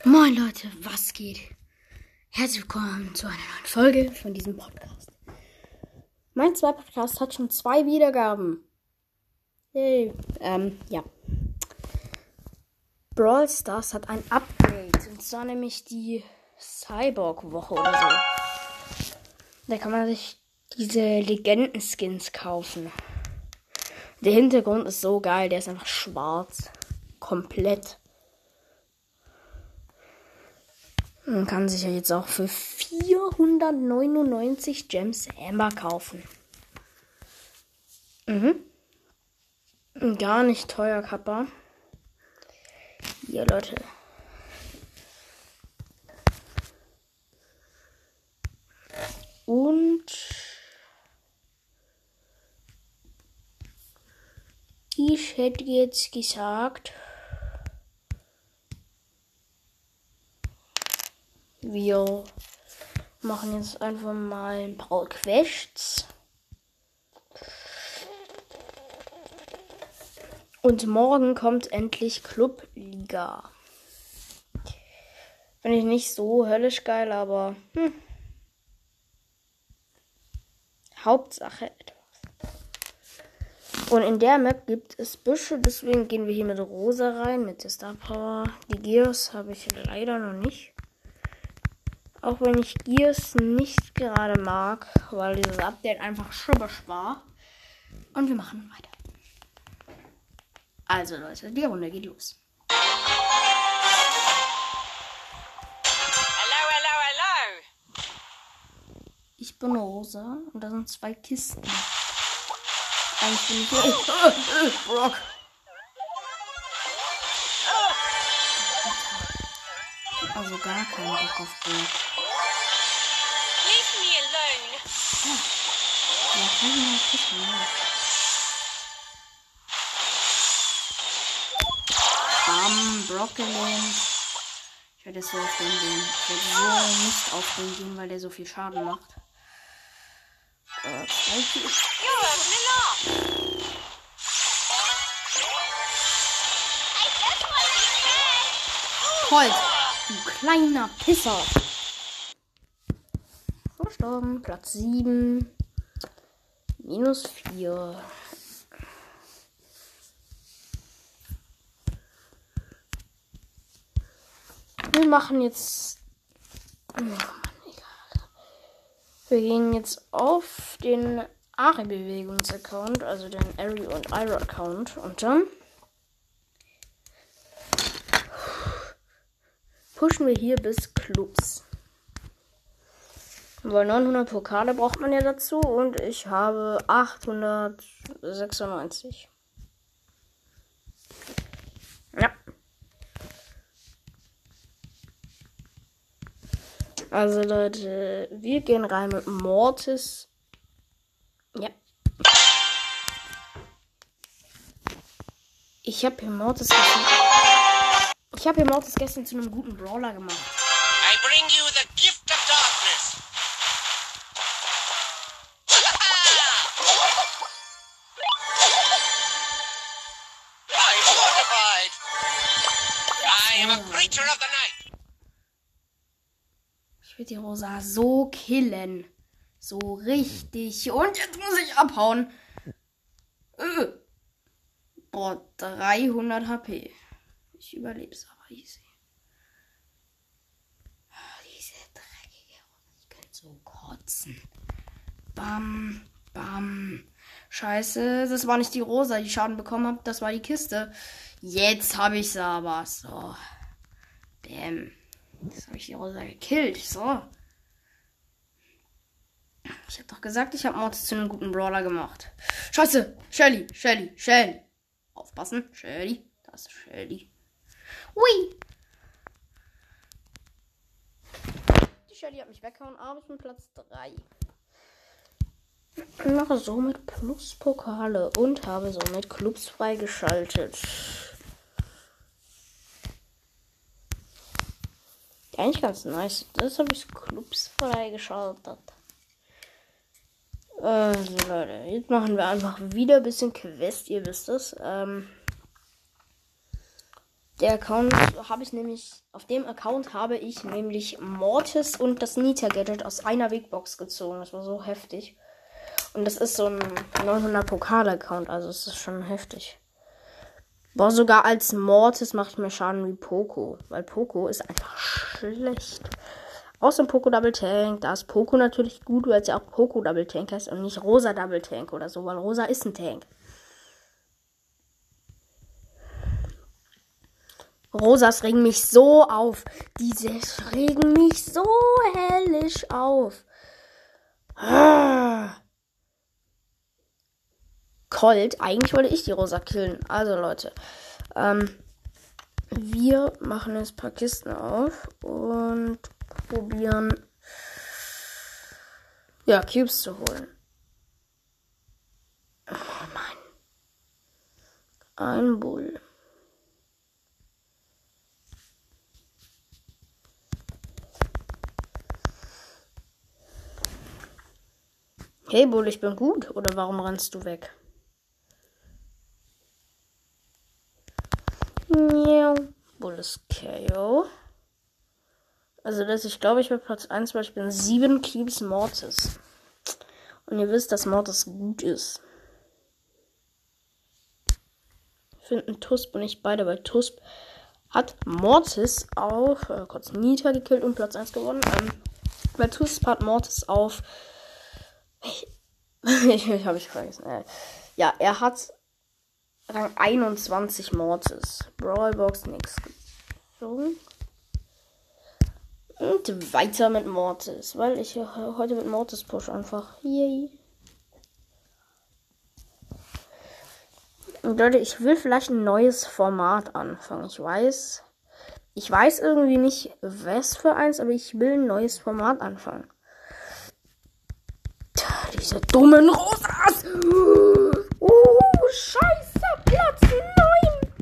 Moin Leute, was geht? Herzlich willkommen zu einer neuen Folge von diesem Podcast. Mein zweiter Podcast hat schon 2 Wiedergaben. Yay. Ja. Brawl Stars hat ein Upgrade. Und zwar nämlich die Cyborg-Woche oder so. Da kann man sich diese Legenden-Skins kaufen. Der Hintergrund ist so geil, der ist einfach schwarz. Komplett. Man kann sich ja jetzt auch für 499 Gems Amber kaufen. Gar nicht teuer, Kappa. Hier, Leute. Und ich hätte jetzt gesagt, wir machen jetzt einfach mal ein paar Quests. Und morgen kommt endlich Club Liga. Finde ich nicht so höllisch geil, aber Hauptsache etwas. Und in der Map gibt es Büsche, deswegen gehen wir hier mit Rosa rein, mit der Star Power. Die Gears habe ich leider noch nicht. Auch wenn ich Gears nicht gerade mag, weil dieses Update einfach schubbisch war. Und wir machen weiter. Also Leute, die Runde geht los. Hello. Ich bin Rosa und da sind 2 Kisten. Eigentlich bin ich Brock. Also gar keinen Bock auf Brock. Leave me alone. Ja, kann ich mal Kisten, ne? Brock gelähmt. Ich werde jetzt so auf den gehen. Ich werde so nicht auf den gehen, weil der so viel Schaden macht. You're having a laugh. Holz, du kleiner Pisser. Verstorben, Platz 7. Minus 4. Wir machen jetzt. Wir gehen jetzt auf den Ari-Bewegungs-Account, also den Ari und Ira-Account. Und dann pushen wir hier bis Clubs. Weil 900 Pokale braucht man ja dazu und ich habe 896. Ja. Also Leute, wir gehen rein mit Mortis. Ja. Ich habe hier Mortis gestern zu einem guten Brawler gemacht. I bring you the gift of darkness. I'm mortified. I am a creature of the night. Ich will die Rosa so killen. So richtig. Und jetzt muss ich abhauen. Boah, 300 HP. Ich überlebe es aber easy. Diese dreckige Rosa. Ich könnte so kotzen. Bam, bam. Scheiße, das war nicht die Rosa, die Schaden bekommen hat. Das war die Kiste. Jetzt habe ich sie aber. So. Bäm. Jetzt habe ich die Rosa gekillt. So. Ich habe doch gesagt, ich habe Mortis zu einem guten Brawler gemacht. Scheiße. Shelly. Aufpassen. Shelly. Das ist Shelly. Ui. Die Shelly hat mich weggehauen, aber ich bin Platz 3. Ich mache somit Plus-Pokale und habe somit Clubs freigeschaltet. Eigentlich ganz nice. Das habe ich Clubs freigeschaltet. Also Leute, jetzt machen wir einfach wieder ein bisschen Quest, ihr wisst es. Der Account habe ich nämlich, auf dem Account habe ich nämlich Mortis und das Nita-Gadget aus einer Big Box gezogen. Das war so heftig. Und das ist so ein 900 Pokal-Account, also es ist schon heftig. Boah, sogar als Mortis mache ich mehr Schaden wie Poco, weil Poco ist einfach schlecht. Außer Poco Double Tank, da ist Poco natürlich gut, weil es ja auch Poco Double Tank heißt und nicht Rosa Double Tank oder so, weil Rosa ist ein Tank. Rosas regen mich so auf. Diese regen mich so hellisch auf. Colt, eigentlich wollte ich die Rosa killen. Also Leute, wir machen jetzt ein paar Kisten auf und probieren, ja, Cubes zu holen. Oh nein. Ein Bull. Hey Bull, ich bin gut. Oder warum rennst du weg? Ja. Bull ist KO. Also das, ich glaube, ich bin Platz 1, weil ich bin 7 Cubes Mortis. Und ihr wisst, dass Mortis gut ist. Ich finde Tusp und ich beide, weil Tusp hat Mortis auf kurz Nita gekillt und Platz 1 gewonnen. Weil Tusp hat Mortis auf ich habe vergessen. Ja, er hat Rang 21 Mortis. Brawlbox nichts gezogen. Und weiter mit Mortis, weil ich heute mit Mortis push einfach. Yay. Und Leute, ich will vielleicht ein neues Format anfangen. Ich weiß irgendwie nicht, was für eins, aber ich will ein neues Format anfangen. Diese dummen Rosas! Scheiße! Platz 9!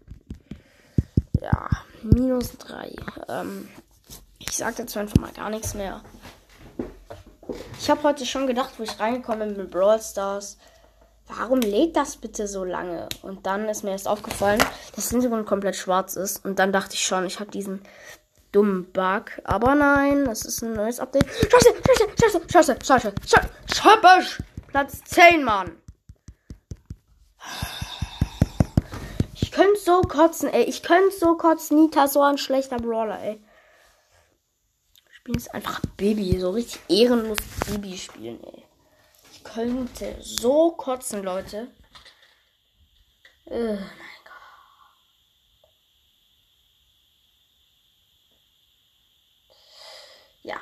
Ja, -3. Ich sag dazu einfach mal gar nichts mehr. Ich habe heute schon gedacht, wo ich reingekommen bin mit Brawl Stars, warum lädt das bitte so lange? Und dann ist mir erst aufgefallen, dass das Hintergrund komplett schwarz ist. Und dann dachte ich schon, ich habe diesen dummen Bug. Aber nein, das ist ein neues Update. Scheiße. Platz 10, Mann. Ich könnte so kotzen, ey. Nita ist so ein schlechter Brawler, ey. Spielen ist einfach Baby. So richtig ehrenlos Baby spielen, ey. Ich könnte so kotzen, Leute. Mein Gott. Ja.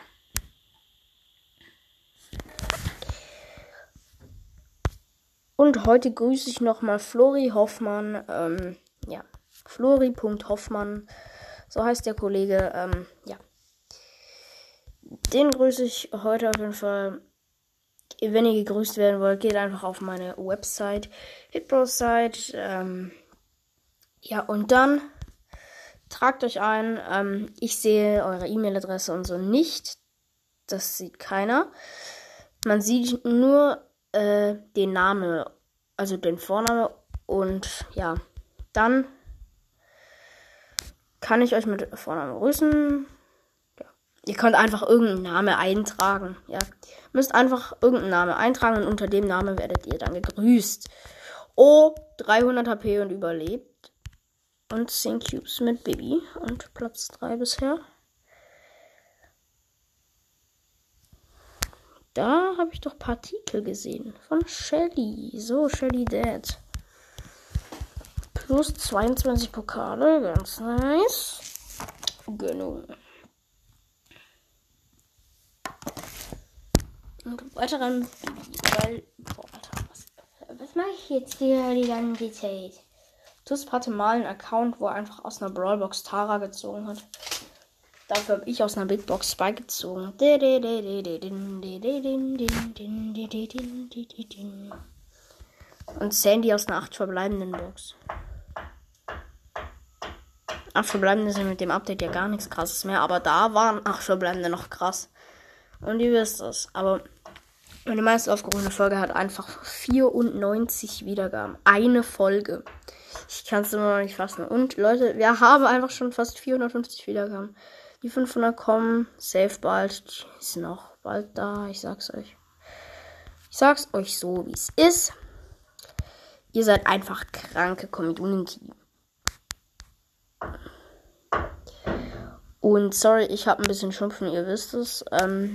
Und heute grüße ich nochmal Flori Hoffmann. Ja. Flori.Hoffmann. So heißt der Kollege. Ja. Den grüße ich heute auf jeden Fall. Wenn ihr gegrüßt werden wollt, geht einfach auf meine Website. Hitbro-Site. Ja, und dann tragt euch ein. Ich sehe eure E-Mail-Adresse und so nicht. Das sieht keiner. Man sieht nur den Namen, also den Vorname. Und ja, dann kann ich euch mit Vornamen grüßen. Ja. Ihr könnt einfach irgendeinen Namen eintragen. Ja. Müsst einfach irgendeinen Namen eintragen und unter dem Namen werdet ihr dann gegrüßt. 300 HP und überlebt. Und 10 Cubes mit Baby. Und Platz 3 bisher. Da habe ich doch Partikel gesehen. Von Shelly. So, Shelly Dad. Plus 22 Pokale. Ganz nice. Gönnung. Und weiter ran. Weil. Boah, Alter, was mache ich jetzt hier die ganze Zeit? Tusp hatte mal einen Account, wo er einfach aus einer Brawlbox Tara gezogen hat. Dafür habe ich aus einer Big Box Spike gezogen. Und Sandy aus einer 8 verbleibenden Box. 8 verbleibende sind mit dem Update ja gar nichts krasses mehr. Aber da waren 8 verbleibende noch krass. Und ihr wisst es. Aber Meine meist aufgerufene Folge hat einfach 94 Wiedergaben. Eine Folge. Ich kann es immer noch nicht fassen. Und Leute, wir haben einfach schon fast 450 Wiedergaben. Die 500 kommen. Safe bald. Die ist noch bald da. Ich sag's euch. Ich sag's euch so, wie es ist. Ihr seid einfach kranke Community. Und sorry, ich habe ein bisschen Schnupfen, ihr wisst es.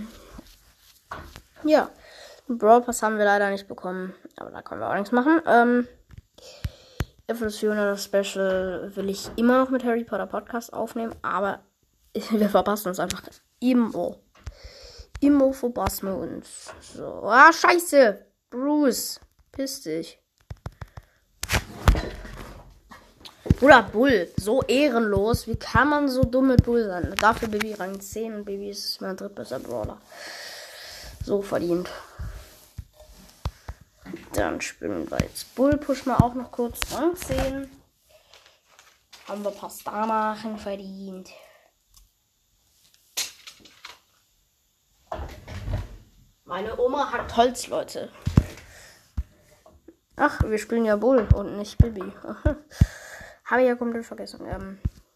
Ja. Brawl Pass haben wir leider nicht bekommen. Aber da können wir auch nichts machen. Für das 400 Special will ich immer noch mit Harry Potter Podcast aufnehmen. Aber wir verpassen uns einfach immer. Immer verpassen wir uns. So. Ah, scheiße. Bruce. Piss dich. Bruder, Bull. So ehrenlos. Wie kann man so dumm mit Bull sein? Dafür Baby Rang 10 und Baby ist mein drittbester Brawler. So verdient. Dann spielen wir jetzt Bull. Pushen wir auch noch kurz Rang 10. Haben wir ein paar Star-Marken verdient. Meine Oma hackt Holz, Leute. Ach, wir spielen ja Bull und nicht Bibi. Habe ich ja komplett vergessen.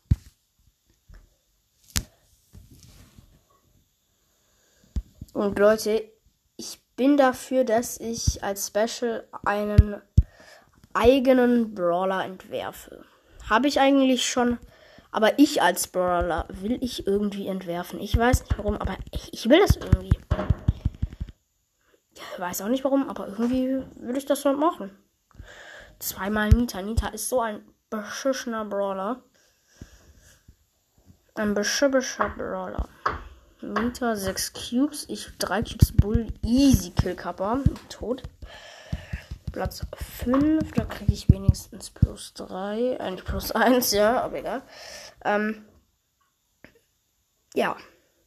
Und Leute, ich bin dafür, dass ich als Special einen eigenen Brawler entwerfe. Habe ich eigentlich schon, aber ich als Brawler will ich irgendwie entwerfen. Ich weiß nicht warum, aber ich will das irgendwie. Ich weiß auch nicht warum, aber irgendwie will ich das schon machen. Zweimal Nita. Nita ist so ein beschissener Brawler. Ein beschissener Brawler. Nita 6 Cubes, ich 3 Cubes Bull, easy Kill Kappa, tot. Platz 5, da kriege ich wenigstens plus 3, eigentlich plus 1, ja, aber egal. Ja.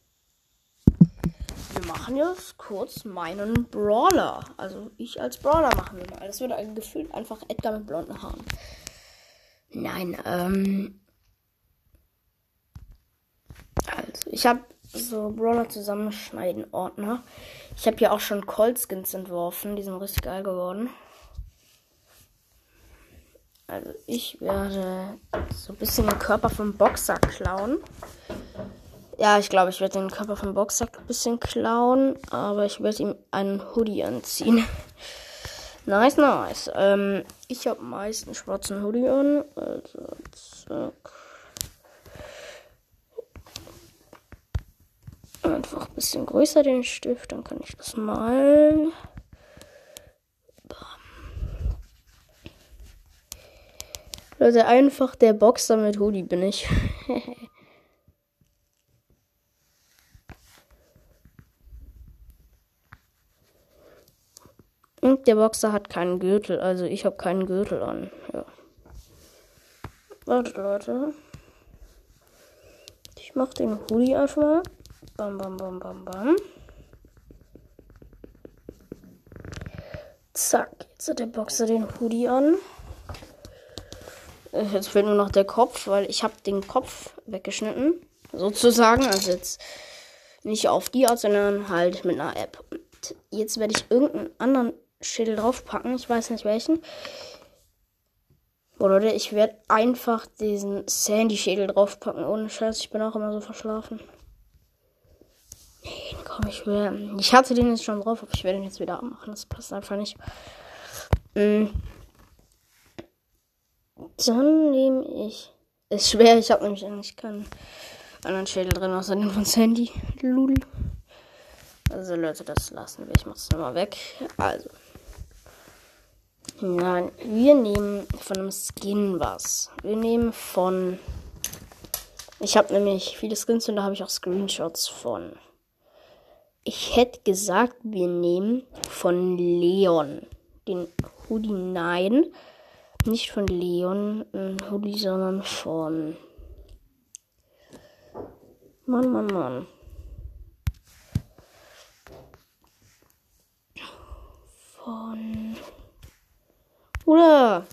Wir machen jetzt kurz meinen Brawler. Also ich als Brawler machen wir mal. Das wird ein gefühlt einfach Edgar mit blonden Haaren. Nein, also ich habe so Brawler zusammenschneiden Ordner. Ich habe hier auch schon Colt Skins entworfen. Die sind richtig geil geworden. Also ich werde so ein bisschen den Körper vom Boxer klauen. Ja, ich glaube, ich werde den Körper vom Boxer ein bisschen klauen. Aber ich werde ihm einen Hoodie anziehen. Nice, nice. Ich habe meist einen schwarzen Hoodie an. Also, zack. Einfach ein bisschen größer den Stift, dann kann ich das malen. Leute, einfach der Boxer mit Hoodie bin ich. Und der Boxer hat keinen Gürtel, also ich habe keinen Gürtel an. Ja. Wartet, Leute. Ich mache den Hoodie einfach mal. Bam, bam, bam, bam, bam. Zack, jetzt hat der Boxer den Hoodie an. Jetzt fehlt nur noch der Kopf, weil ich habe den Kopf weggeschnitten. Sozusagen, also jetzt nicht auf die Art, sondern halt mit einer App. Und jetzt werde ich irgendeinen anderen Schädel draufpacken. Ich weiß nicht welchen. Oder ich werde einfach diesen Sandy-Schädel draufpacken. Ohne Scheiß, ich bin auch immer so verschlafen. Nee, komm, ich hatte den jetzt schon drauf, aber ich werde den jetzt wieder abmachen. Das passt einfach nicht. Dann nehme ich... Ist schwer, ich habe nämlich eigentlich keinen anderen Schädel drin, außer den von Sandy. Lul. Also Leute, das lassen wir. Ich mach's nochmal weg. Also. Nein, wir nehmen von einem Skin was. Wir nehmen von... Ich habe nämlich viele Skins und da habe ich auch Screenshots von. Ich hätte gesagt, wir nehmen von Leon den Hoodie. Nein, nicht von Leon ein Hoodie, sondern von... Mann. Von... Oder...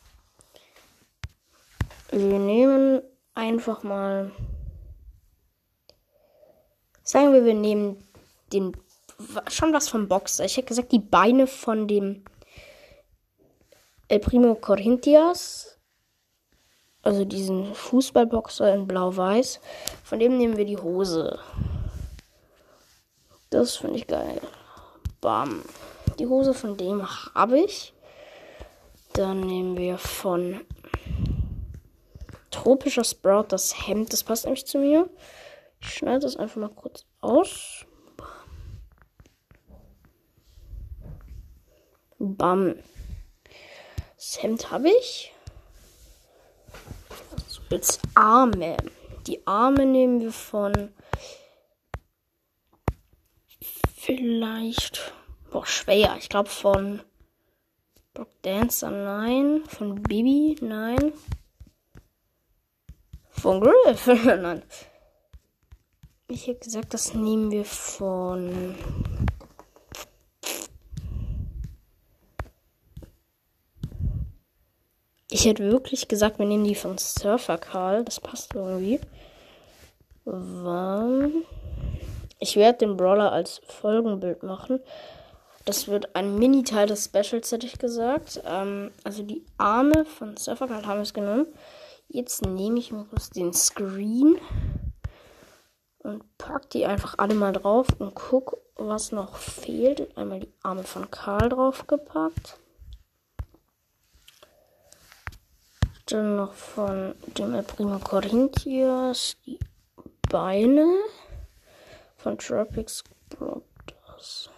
Wir nehmen einfach mal... Sagen wir nehmen den schon was vom Boxer. Ich hätte gesagt, die Beine von dem El Primo Corinthians. Also diesen Fußballboxer in blau-weiß. Von dem nehmen wir die Hose. Das finde ich geil. Bam. Die Hose von dem habe ich. Dann nehmen wir von Tropischer Sprout das Hemd. Das passt nämlich zu mir. Ich schneide das einfach mal kurz aus. Bam. Das Hemd habe ich. So, jetzt Arme. Die Arme nehmen wir von vielleicht schwer. Ich glaube von Brock Dancer, nein. Von Bibi, nein. Von Griff, nein. Ich hätte gesagt, das nehmen wir von Ich hätte wirklich gesagt, wir nehmen die von Surfer Karl. Das passt irgendwie. Ich werde den Brawler als Folgenbild machen. Das wird ein Mini-Teil des Specials, hätte ich gesagt. Also die Arme von Surfer Karl haben wir es genommen. Jetzt nehme ich mir kurz den Screen und pack die einfach alle mal drauf und guck, was noch fehlt. Einmal die Arme von Karl draufgepackt. Dann noch von dem El Primo Corinthians die Beine von Tropics Brothers.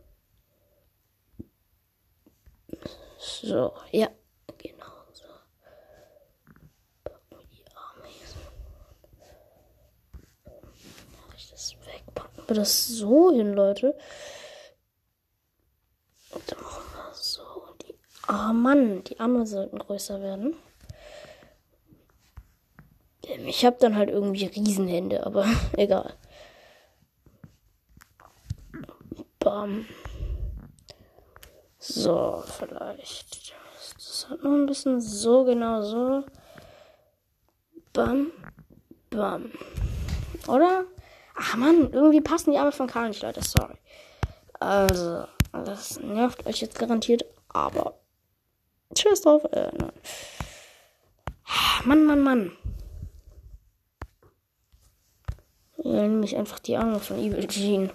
So, ja, genau so. Packen wir die Arme hier so. Mach ich das weg? Packen wir das so hin, Leute. Und dann machen wir so. Mann, die Arme sollten größer werden. Ich habe dann halt irgendwie Riesenhände, aber egal. Bam. So, vielleicht. Das hat noch ein bisschen so, genau so. Bam. Bam. Oder? Ach Mann, irgendwie passen die Arme von Karl nicht, Leute. Sorry. Also, das nervt euch jetzt garantiert, aber tschüss drauf. Nein. Mann. Ja, nehme ich einfach die Arme von Evil Gene.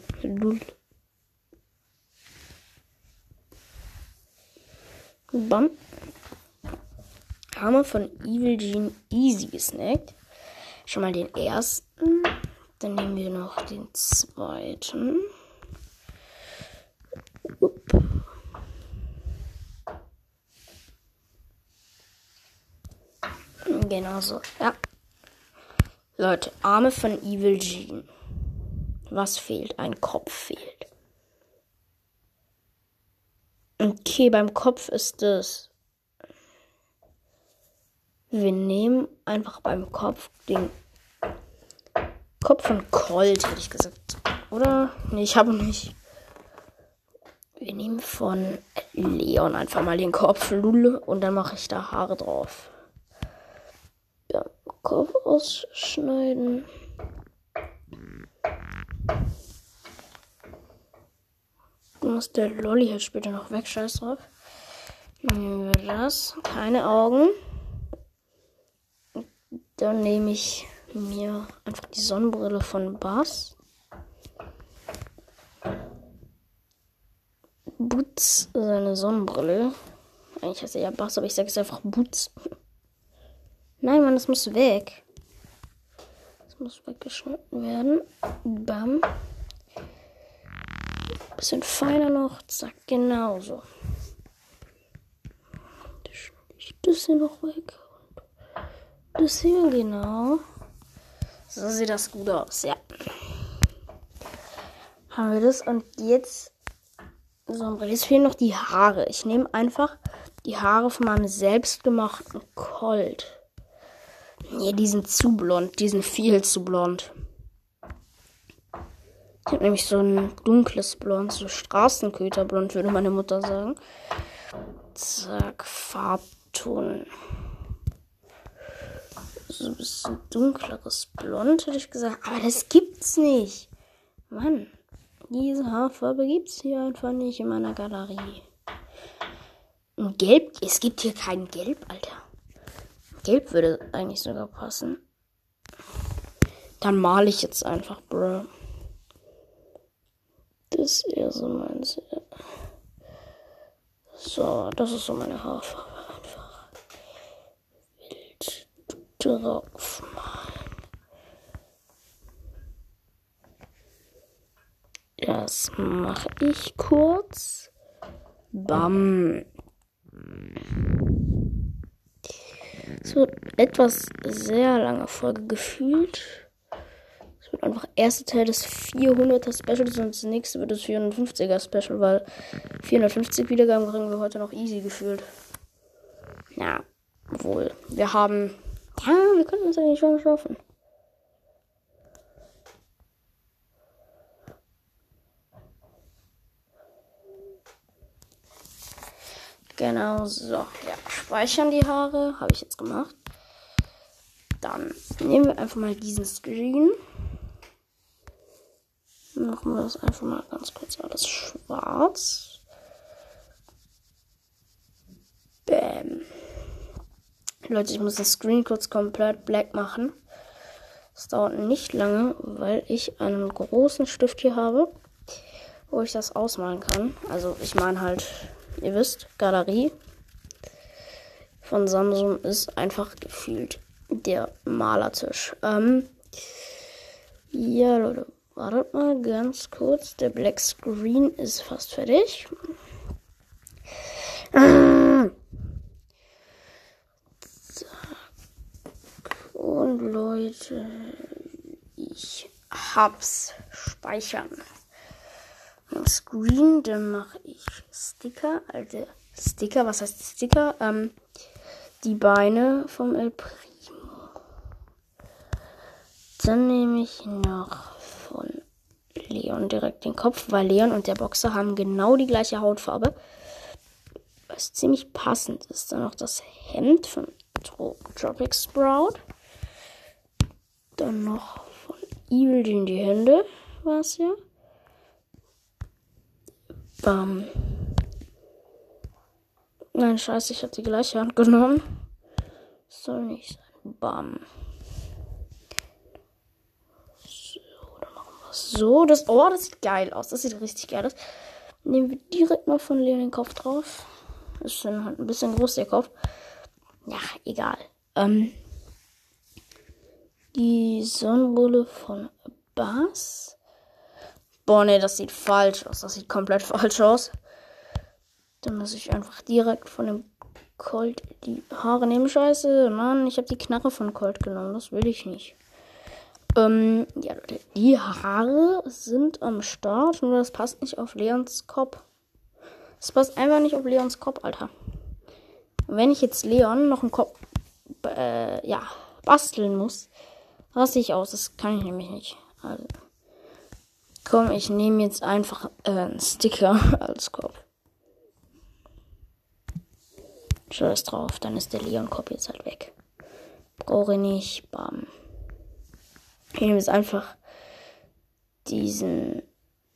Bam. Arme von Evil Gene easy gesnackt. Schon mal den ersten. Dann nehmen wir noch den zweiten. Genau so. Ja. Leute, Arme von Evil Gene. Was fehlt? Ein Kopf fehlt. Okay, beim Kopf ist es. Wir nehmen einfach beim Kopf den Kopf von Colt, hätte ich gesagt. Oder? Nee, ich habe nicht. Wir nehmen von Leon einfach mal den Kopf, Lul, und dann mache ich da Haare drauf. Ja, Kopf ausschneiden. Muss der Lolli halt später noch weg, scheiß drauf. Nehmen wir das. Keine Augen. Dann nehme ich mir einfach die Sonnenbrille von Bass. Boots, seine Sonnenbrille. Eigentlich heißt er ja Bass, aber ich sage es einfach Boots. Nein, Mann, das muss weg. Das muss weggeschnitten werden. Bam. Bisschen feiner noch. Zack, genauso. Dann schneide ich das hier noch weg. Und das hier, genau. So sieht das gut aus, ja. Haben wir das. Und jetzt jetzt fehlen noch die Haare. Ich nehme einfach die Haare von meinem selbstgemachten Colt. Nee, die sind zu blond. Die sind viel zu blond. Ich habe nämlich so ein dunkles Blond, so Straßenköterblond, würde meine Mutter sagen. Zack, Farbton. So ein bisschen dunkleres Blond, hätte ich gesagt. Aber das gibt's nicht. Mann. Diese Haarfarbe gibt es hier einfach nicht in meiner Galerie. Und Gelb, es gibt hier kein Gelb, Alter. Gelb würde eigentlich sogar passen. Dann male ich jetzt einfach, bro. Das ist eher so meins. So, das ist so meine Haarfarbe einfach. Wild drauf malen. Das mache ich kurz. Bam. Es wird etwas sehr lange Folge gefühlt. Es wird einfach erster Teil des 400er Specials und das nächste wird das 450er Special, weil 450 Wiedergaben kriegen wir heute noch easy gefühlt. Ja, wohl. Wir können uns eigentlich schon schaffen. Genau so. Ja, speichern die Haare. Habe ich jetzt gemacht. Dann nehmen wir einfach mal diesen Screen. Machen wir das einfach mal ganz kurz alles schwarz. Bam. Leute, ich muss das Screen kurz komplett black machen. Das dauert nicht lange, weil ich einen großen Stift hier habe, wo ich das ausmalen kann. Also ich meine halt, ihr wisst, Galerie von Samsung ist einfach gefühlt der Malertisch. Ja, Leute, wartet mal ganz kurz. Der Black Screen ist fast fertig. Und Leute, ich hab's. Speichern. Am Screen, dann mache ich Sticker. Alte Sticker, was heißt Sticker? Die Beine vom El Primo. Dann nehme ich noch von Leon direkt den Kopf, weil Leon und der Boxer haben genau die gleiche Hautfarbe. Was ziemlich passend ist. Dann noch das Hemd von Tropic Sprout. Dann noch von Evil in die Hände, war es ja. Bam. Nein, scheiße, ich habe die gleiche Hand genommen. Soll nicht sein. Bam. So, dann machen wir es so. Das sieht geil aus. Das sieht richtig geil aus. Nehmen wir direkt mal von Leon den Kopf drauf. Ist schon halt ein bisschen groß, der Kopf. Ja, egal. Die Sonnenbrille von Bass. Boah, ne, das sieht falsch aus. Das sieht komplett falsch aus. Dann muss ich einfach direkt von dem Colt die Haare nehmen. Scheiße, Mann, ich habe die Knarre von Colt genommen. Das will ich nicht. Ja, Leute, die Haare sind am Start. Nur das passt nicht auf Leons Kopf. Das passt einfach nicht auf Leons Kopf, Alter. Und wenn ich jetzt Leon noch einen Kopf, basteln muss, raste ich aus. Das kann ich nämlich nicht. Also, komm, ich nehme jetzt einfach einen Sticker als Kopf. Scheiß drauf, dann ist der Leon-Kopf jetzt halt weg. Brauche ich nicht. Bam. Ich nehme jetzt einfach den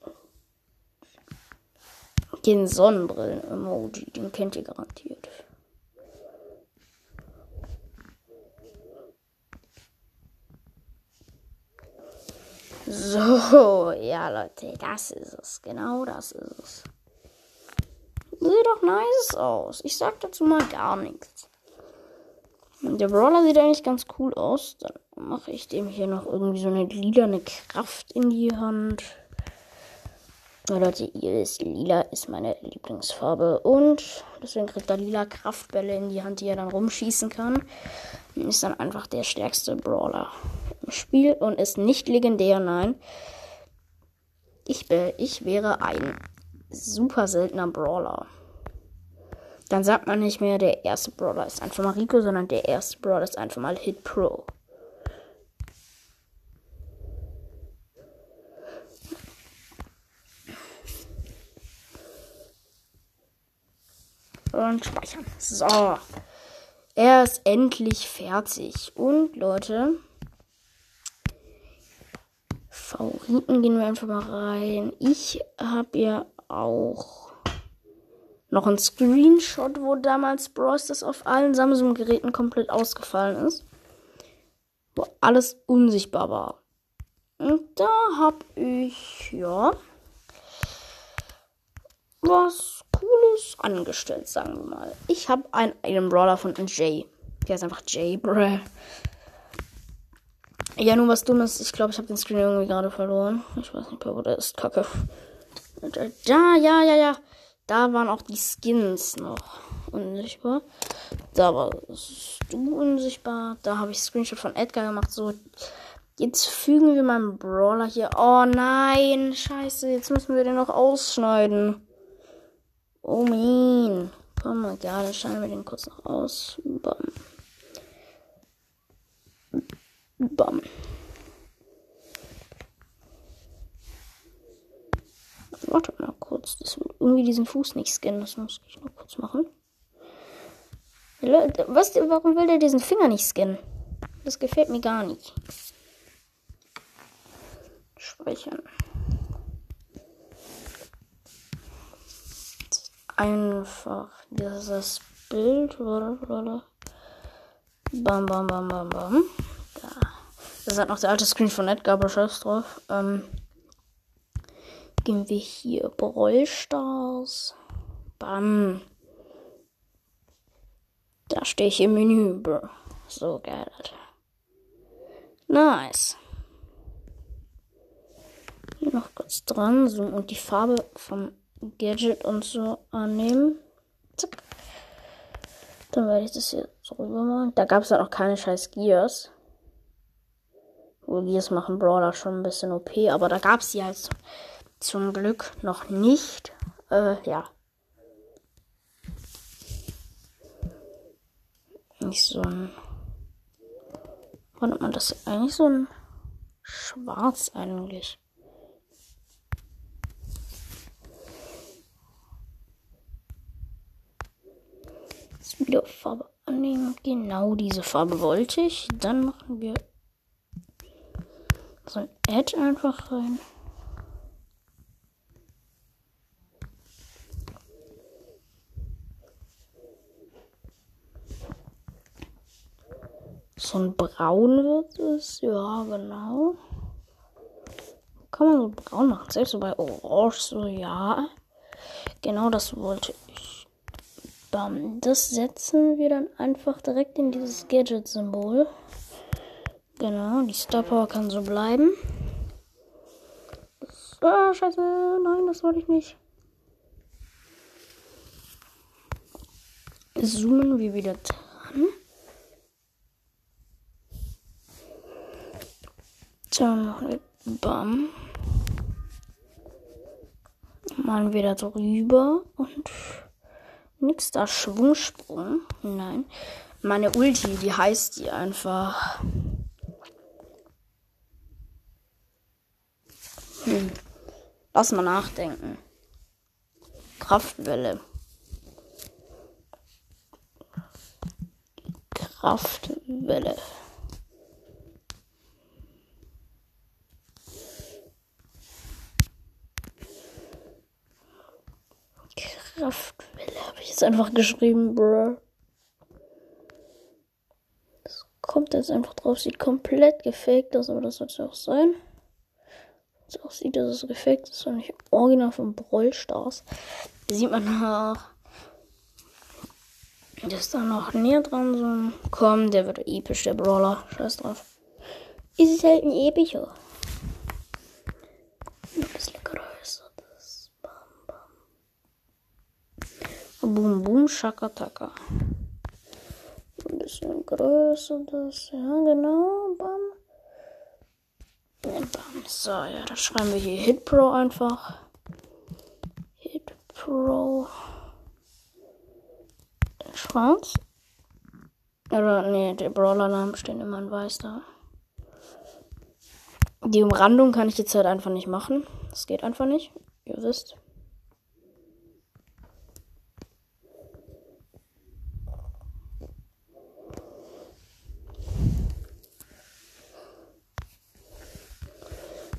Sonnenbrillen-Emoji. Den kennt ihr garantiert. So, ja Leute, das ist es. Genau das ist es. Sieht doch nice aus. Ich sag dazu mal gar nichts. Der Brawler sieht eigentlich ganz cool aus. Dann mache ich dem hier noch irgendwie so eine lilane Kraft in die Hand. Ja, Leute, ihr wisst, lila ist meine Lieblingsfarbe. Und deswegen kriegt er lila Kraftbälle in die Hand, die er dann rumschießen kann. Und ist dann einfach der stärkste Brawler im Spiel. Und ist nicht legendär, nein. Ich wäre ein super seltener Brawler. Dann sagt man nicht mehr, der erste Brawler ist einfach mal Rico, sondern der erste Brawler ist einfach mal Hit Pro. Und speichern. So. Er ist endlich fertig. Und Leute, Favoriten gehen wir einfach mal rein. Ich habe ja auch noch einen Screenshot, wo damals Brawl Stars auf allen Samsung-Geräten komplett ausgefallen ist. Wo alles unsichtbar war. Und da habe ich, ja, was Cooles angestellt, sagen wir mal. Ich habe einen Brawler von Jay. Der ist einfach Jay, bruh. Ja, nur was Dummes. Ich glaube, ich habe den Screen irgendwie gerade verloren. Ich weiß nicht, wo der ist. Kacke. Ja. Da waren auch die Skins noch unsichtbar. Da warst du unsichtbar. Da habe ich Screenshot von Edgar gemacht. So, jetzt fügen wir meinen Brawler hier. Oh nein, scheiße. Jetzt müssen wir den noch ausschneiden. Oh man. Komm mal, ja, dann schneiden wir den kurz noch aus. Bam. Bam. Warte mal kurz. Das will irgendwie diesen Fuß nicht scannen. Das muss ich noch kurz machen. Leute, warum will der diesen Finger nicht scannen? Das gefällt mir gar nicht. Speichern. Einfach dieses Bild. Bam, bam, bam, bam, bam. Da. Das hat noch der alte Screen von Edgar, aber scheiß drauf. Gehen wir hier Brawl Stars. Bam. Da stehe ich im Menü, bro. So geil, Alter. Nice. Hier noch kurz dran zoomen und die Farbe vom Gadget und so annehmen. Zack. Dann werde ich das hier so rüber machen. Da gab es ja noch keine scheiß Gears. Gears machen Brawler schon ein bisschen OP, aber da gab es die halt zum Glück noch nicht. Ja. Nicht so ein. Wann nennt man das eigentlich? So ein Schwarz eigentlich. Das wieder auf Farbe annehmen. Genau diese Farbe wollte ich. Dann machen wir so ein Edge einfach rein. So ein Braun wird es. Ja, genau. Kann man so braun machen. Selbst so bei Orange. So, ja. Genau das wollte ich. Bam. Das setzen wir dann einfach direkt in dieses Gadget-Symbol. Genau. Die Star Power kann so bleiben. Scheiße. Nein, das wollte ich nicht. Zoomen wir wieder dran. Dann machen wir Bam. Malen wir da drüber und nix da Schwungsprung. Nein. Meine Ulti, die heißt die einfach. Lass mal nachdenken. Kraftwelle. Kraftwelle. Kraftwelle habe ich jetzt einfach geschrieben, bro. Das kommt jetzt einfach drauf. Sieht komplett gefaked aus, aber das soll es auch sein. So aussieht, dass es gefaked ist und nicht original von Brawl Stars. Hier sieht man noch. Der ist da noch näher dran. So. Komm, der wird episch, der Brawler. Scheiß drauf. Ist es halt ein epischer. Ein bisschen größer. Das. Bam, bam. Boom, boom, shakataka. Ein bisschen größer. Das. Ja, genau. Bam. Ja, bam. So, ja, da schreiben wir hier Hit Pro einfach. Hit Pro. Schwarz. Oder, nee, die Brawler-Namen stehen immer in weiß da. Die Umrandung kann ich jetzt halt einfach nicht machen. Das geht einfach nicht. Ihr wisst.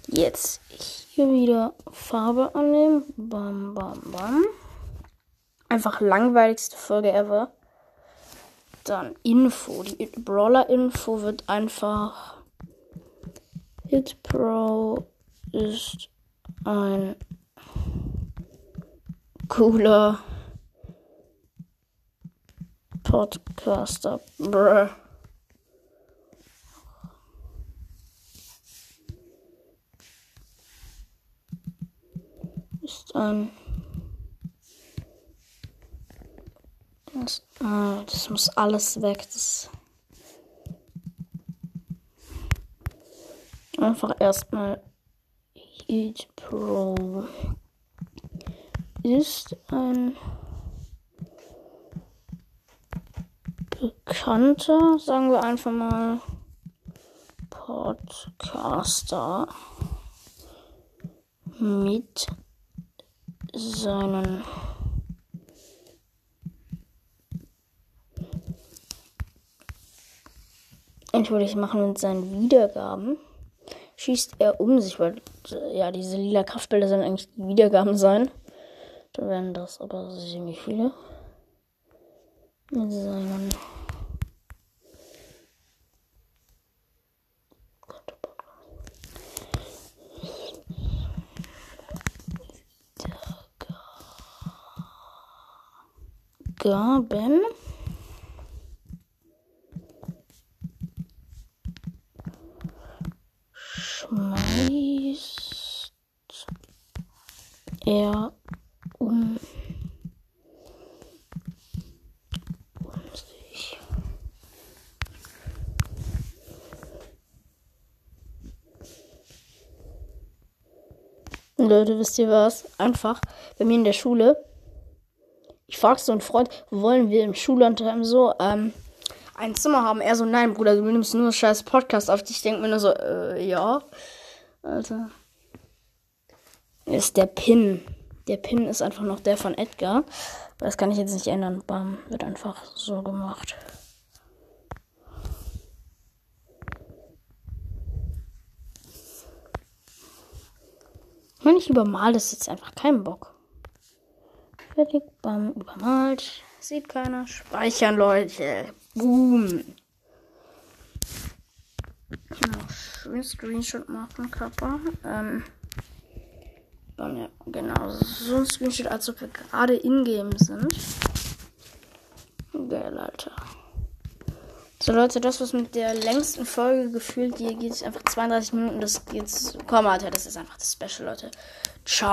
Jetzt hier wieder Farbe annehmen. Bam, bam, bam. Einfach langweiligste Folge ever. Dann Info. Die Brawler-Info wird einfach Hit Pro ist ein cooler Podcaster. Brr. Ist ein... Das muss alles weg. Das einfach erstmal Hit Pro ist ein bekannter, sagen wir einfach mal, Podcaster mit seinen entschuldigt machen mit seinen Wiedergaben schießt er um sich, weil ja diese lila Kraftbilder sollen eigentlich die Wiedergaben sein. Dann werden das aber ziemlich viele. Mit seinen Gaben schmeißt er um sich. Leute, wisst ihr was? Einfach bei mir in der Schule. Ich frag so einen Freund, wollen wir im Schullandheim so ein Zimmer haben? Er so, nein, Bruder, du nimmst nur scheiß Podcast auf dich. Ich denke mir nur so, ja. Alter. Ist der Pin. Der Pin ist einfach noch der von Edgar. Das kann ich jetzt nicht ändern. Bam, wird einfach so gemacht. Wenn ich übermal, das ist jetzt einfach kein Bock. Fertig, bam, übermalt. Sieht keiner. Speichern, Leute. Boom. Noch schön Screenshot machen, Kappa. Ja, genau. So ein Screenshot, als ob wir gerade in-game sind. Geil, Alter. So, Leute, das was mit der längsten Folge gefühlt. Hier geht es einfach 32 Minuten. Das geht's. Komm, Alter, das ist einfach das Special, Leute. Ciao.